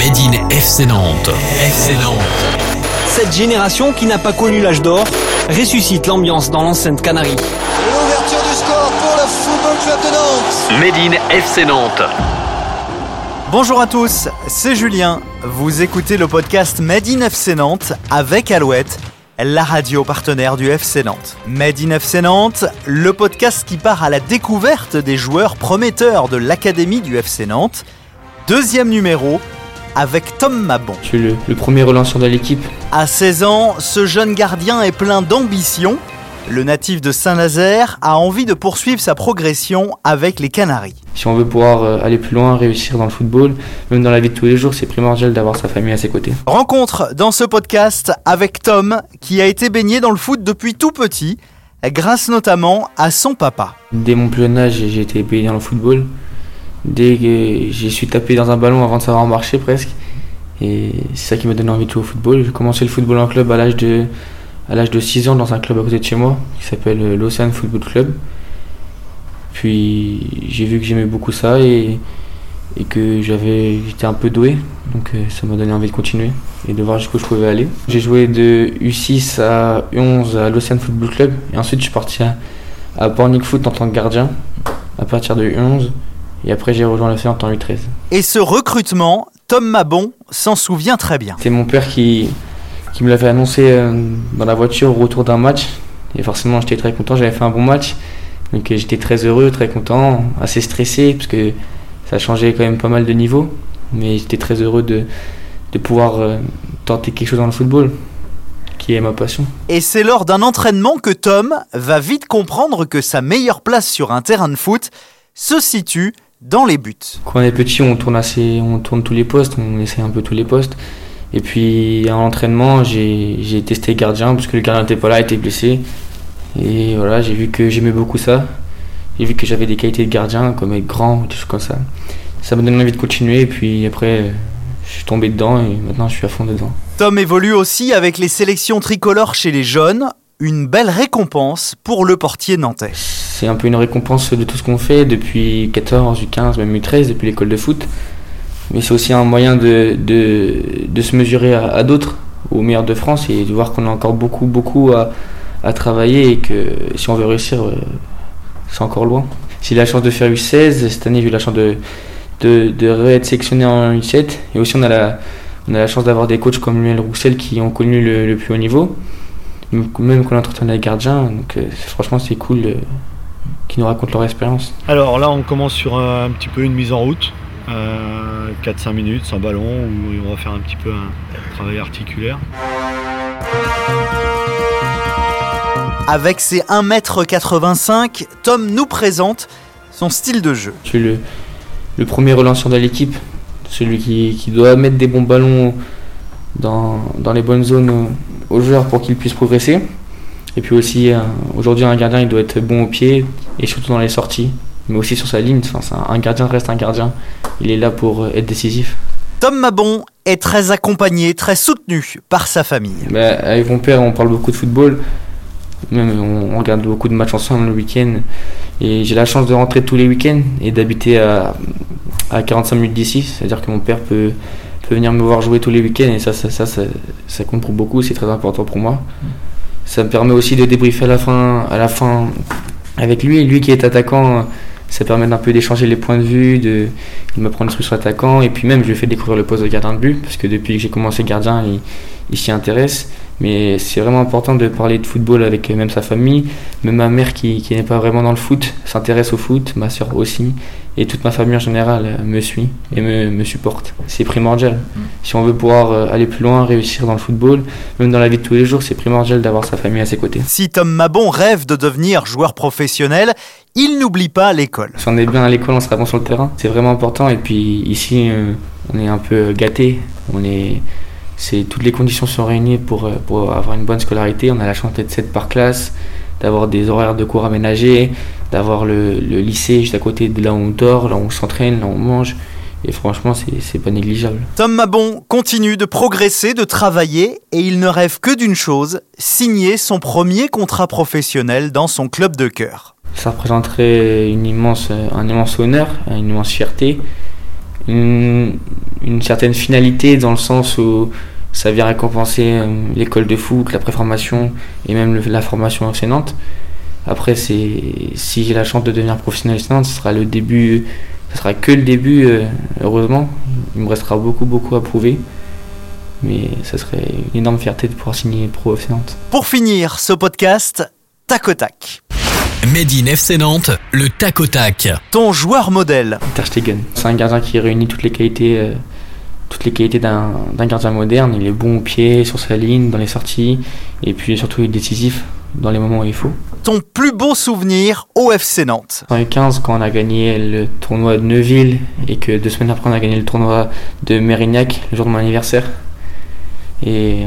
Made in FC Nantes. FC Nantes. Cette génération qui n'a pas connu l'âge d'or ressuscite l'ambiance dans l'enceinte Canaries. L'ouverture du score pour le Football Club de Nantes. Made in FC Nantes. Bonjour à tous, c'est Julien. Vous écoutez le podcast Made in FC Nantes avec Alouette, la radio partenaire du FC Nantes. Made in FC Nantes, le podcast qui part à la découverte des joueurs prometteurs de l'académie du FC Nantes. Deuxième numéro, avec Tom Mabon. Je suis le premier relanceur de l'équipe. À 16 ans, ce jeune gardien est plein d'ambition. Le natif de Saint-Nazaire a envie de poursuivre sa progression avec les Canaries. Si on veut pouvoir aller plus loin, réussir dans le football, même dans la vie de tous les jours, c'est primordial d'avoir sa famille à ses côtés. Rencontre dans ce podcast avec Tom, qui a été baigné dans le foot depuis tout petit, grâce notamment à son papa. Dès mon plus jeune âge, j'ai été baigné dans le football. Dès que j'ai su taper dans un ballon avant de savoir marcher presque. Et c'est ça qui m'a donné envie de jouer au football. J'ai commencé le football en club à l'âge de 6 ans dans un club à côté de chez moi qui s'appelle l'Océan Football Club. Puis j'ai vu que j'aimais beaucoup ça et que j'étais un peu doué. Donc ça m'a donné envie de continuer et de voir jusqu'où je pouvais aller. J'ai joué de U6 à U11 à l'Océan Football Club. Et ensuite je suis parti à Pornic Foot en tant que gardien à partir de U11. Et après, j'ai rejoint l'Océan en temps U13. Et ce recrutement, Tom Mabon s'en souvient très bien. C'est mon père qui me l'avait annoncé dans la voiture au retour d'un match. Et forcément, j'étais très content, j'avais fait un bon match. Donc j'étais très heureux, très content, assez stressé, parce que ça changeait quand même pas mal de niveaux. Mais j'étais très heureux de pouvoir tenter quelque chose dans le football, qui est ma passion. Et c'est lors d'un entraînement que Tom va vite comprendre que sa meilleure place sur un terrain de foot se situe dans les buts. Quand on est petit, on tourne tous les postes, on essaie un peu tous les postes. Et puis à l'entraînement, j'ai testé gardien parce que le gardien n'était pas là, était blessé. Et voilà, j'ai vu que j'aimais beaucoup ça. J'ai vu que j'avais des qualités de gardien, comme être grand, des choses comme ça. Ça m'a donné envie de continuer et puis après, je suis tombé dedans et maintenant je suis à fond dedans. Tom évolue aussi avec les sélections tricolores chez les jeunes. Une belle récompense pour le portier nantais. C'est un peu une récompense de tout ce qu'on fait depuis 14, U15, même U13, depuis l'école de foot. Mais c'est aussi un moyen de se mesurer à d'autres, aux meilleurs de France, et de voir qu'on a encore beaucoup à travailler et que si on veut réussir, c'est encore loin. J'ai eu la chance de faire U16, cette année j'ai eu la chance de être sélectionné en U7. Et aussi on a la chance d'avoir des coachs comme Lionel Roussel qui ont connu le plus haut niveau. Même qu'on entretient les gardiens, donc franchement c'est cool qu'ils nous racontent leur expérience. Alors là on commence sur un petit peu une mise en route, 4-5 minutes sans ballon où on va faire un petit peu un travail articulaire. Avec ses 1m85, Tom nous présente son style de jeu. Je suis le premier relanceur de l'équipe, celui qui doit mettre des bons ballons dans les bonnes zones aux joueurs pour qu'ils puissent progresser. Et puis aussi, aujourd'hui, un gardien il doit être bon au pied et surtout dans les sorties, mais aussi sur sa ligne. Enfin, un gardien reste un gardien, il est là pour être décisif. Tom Mabon est très accompagné, très soutenu par sa famille. Avec mon père, on parle beaucoup de football, même on regarde beaucoup de matchs ensemble le week-end. Et j'ai la chance de rentrer tous les week-ends et d'habiter à 45 minutes d'ici, c'est-à-dire que mon père peut venir me voir jouer tous les week-ends et ça compte pour beaucoup, c'est très important pour moi. Ça me permet aussi de débriefer à la fin avec lui qui est attaquant, ça permet d'un peu d'échanger les points de vue, de m'apprendre des trucs sur l'attaquant et puis même je lui fais découvrir le poste de gardien de but parce que depuis que j'ai commencé gardien, il s'y intéresse. Mais c'est vraiment important de parler de football avec même sa famille, même ma mère qui n'est pas vraiment dans le foot s'intéresse au foot, ma soeur aussi, et toute ma famille en général me suit et me supporte. C'est primordial. Si on veut pouvoir aller plus loin, réussir dans le football, même dans la vie de tous les jours, c'est primordial d'avoir sa famille à ses côtés. Si Tom Mabon rêve de devenir joueur professionnel, il n'oublie pas l'école. Si on est bien à l'école, on sera bon sur le terrain. C'est vraiment important et puis ici, on est un peu gâtés. Toutes les conditions sont réunies pour avoir une bonne scolarité. On a la chance d'être 7 par classe, d'avoir des horaires de cours aménagés, d'avoir le lycée juste à côté de là où on dort, là où on s'entraîne, là où on mange. Et franchement, c'est pas négligeable. Tom Mabon continue de progresser, de travailler et il ne rêve que d'une chose, signer son premier contrat professionnel dans son club de cœur. Ça représenterait un immense honneur, une immense fierté. une certaine finalité dans le sens où ça vient récompenser l'école de foot, la préformation et même la formation FC Nantes. Après, si j'ai la chance de devenir professionnel FC Nantes, ce sera que le début, heureusement. Il me restera beaucoup à prouver. Mais ça serait une énorme fierté de pouvoir signer pro FC Nantes. Pour finir ce podcast, tac au tac. Made in FC Nantes, le tac au tac. Ton joueur modèle. Ter Stegen. C'est un gardien qui réunit toutes les qualités d'un gardien moderne. Il est bon au pied, sur sa ligne, dans les sorties. Et puis surtout, il est décisif dans les moments où il faut. Ton plus beau souvenir au FC Nantes. En 2015, quand on a gagné le tournoi de Neuville et que 2 semaines après, on a gagné le tournoi de Mérignac, le jour de mon anniversaire. Et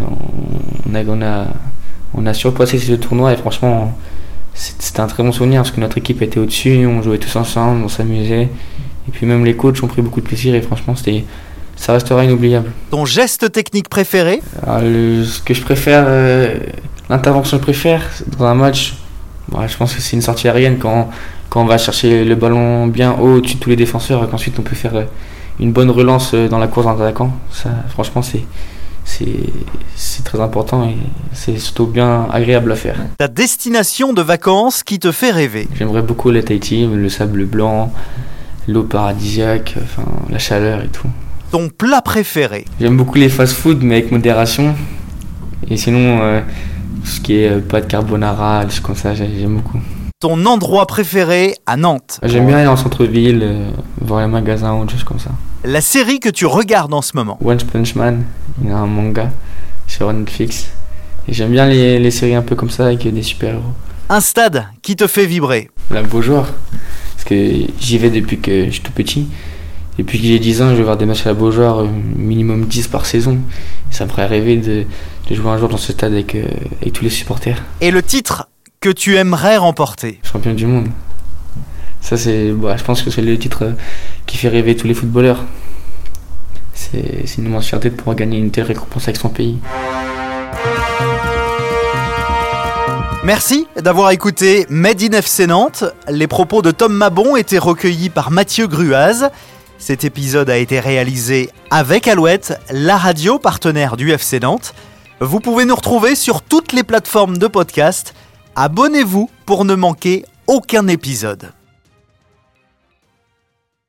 on a surpassé ce tournoi et franchement c'était un très bon souvenir parce que notre équipe était au-dessus, on jouait tous ensemble, on s'amusait et puis même les coachs ont pris beaucoup de plaisir et franchement ça restera inoubliable. Ton geste technique préféré? Alors, ce que je préfère, l'intervention que je préfère dans un match, je pense que c'est une sortie aérienne quand on va chercher le ballon bien haut au-dessus de tous les défenseurs et qu'ensuite on peut faire une bonne relance dans la course d'un attaquant. Ça franchement c'est très important et c'est surtout bien agréable à faire. Ta destination de vacances qui te fait rêver? J'aimerais beaucoup la Tahiti, le sable blanc, l'eau paradisiaque, la chaleur et tout. Ton plat préféré? J'aime beaucoup les fast-food mais avec modération. Et sinon, ce qui est pâtes carbonara, des choses comme ça, j'aime beaucoup. Ton endroit préféré à Nantes? J'aime bien aller en centre-ville, voir les magasins ou des choses comme ça. La série que tu regardes en ce moment? One Punch Man, il y a un manga sur Netflix. Et j'aime bien les séries un peu comme ça avec des super-héros. Un stade qui te fait vibrer? La Beaujoire, parce que j'y vais depuis que je suis tout petit. Depuis que j'ai 10 ans, je vais voir des matchs à la Beaujoire, minimum 10 par saison. Et ça me ferait rêver de jouer un jour dans ce stade avec tous les supporters. Et le titre que tu aimerais remporter? Champion du monde. Ça, je pense que c'est le titre qui fait rêver tous les footballeurs. C'est une immense fierté de pouvoir gagner une telle récompense avec son pays. Merci d'avoir écouté Made in FC Nantes. Les propos de Tom Mabon étaient recueillis par Mathieu Gruaz. Cet épisode a été réalisé avec Alouette, la radio partenaire du FC Nantes. Vous pouvez nous retrouver sur toutes les plateformes de podcast. Abonnez-vous pour ne manquer aucun épisode.